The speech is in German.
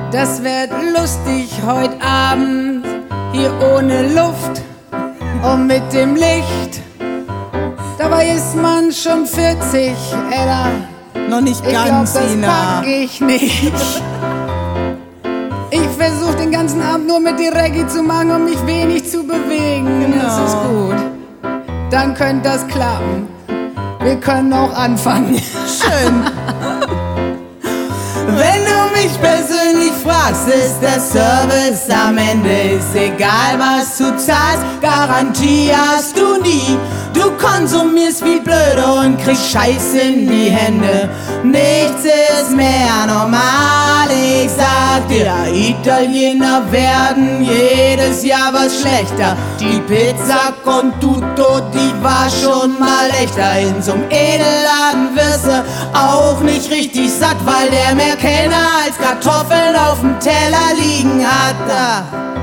Das wird lustig heut Abend, hier ohne Luft und mit dem Licht. Dabei ist man schon 40, Ella. Noch nicht Ich glaub, ganz, das Ina. pack ich nicht. Ich versuch den ganzen Abend nur mit dir Reggae zu machen und mich wenig zu bewegen. Genau. Das ist gut. Dann könnte das klappen. Wir können auch anfangen. Schön. Wenn du mich persönlich fragst, ist der Service am Ende. Ist egal, was du zahlst, Garantie hast du nie. Du konsumierst wie blöde und kriegst Scheiß in die Hände. Nichts ist mehr normal, ich sag dir, Italiener werden jedes Jahr was schlechter. Die Pizza con tutto, die war schon mal echter. In so'm Edelladen wirst du auch nicht richtig satt, weil der mehr Kellner als Kartoffeln auf dem Teller liegen hat.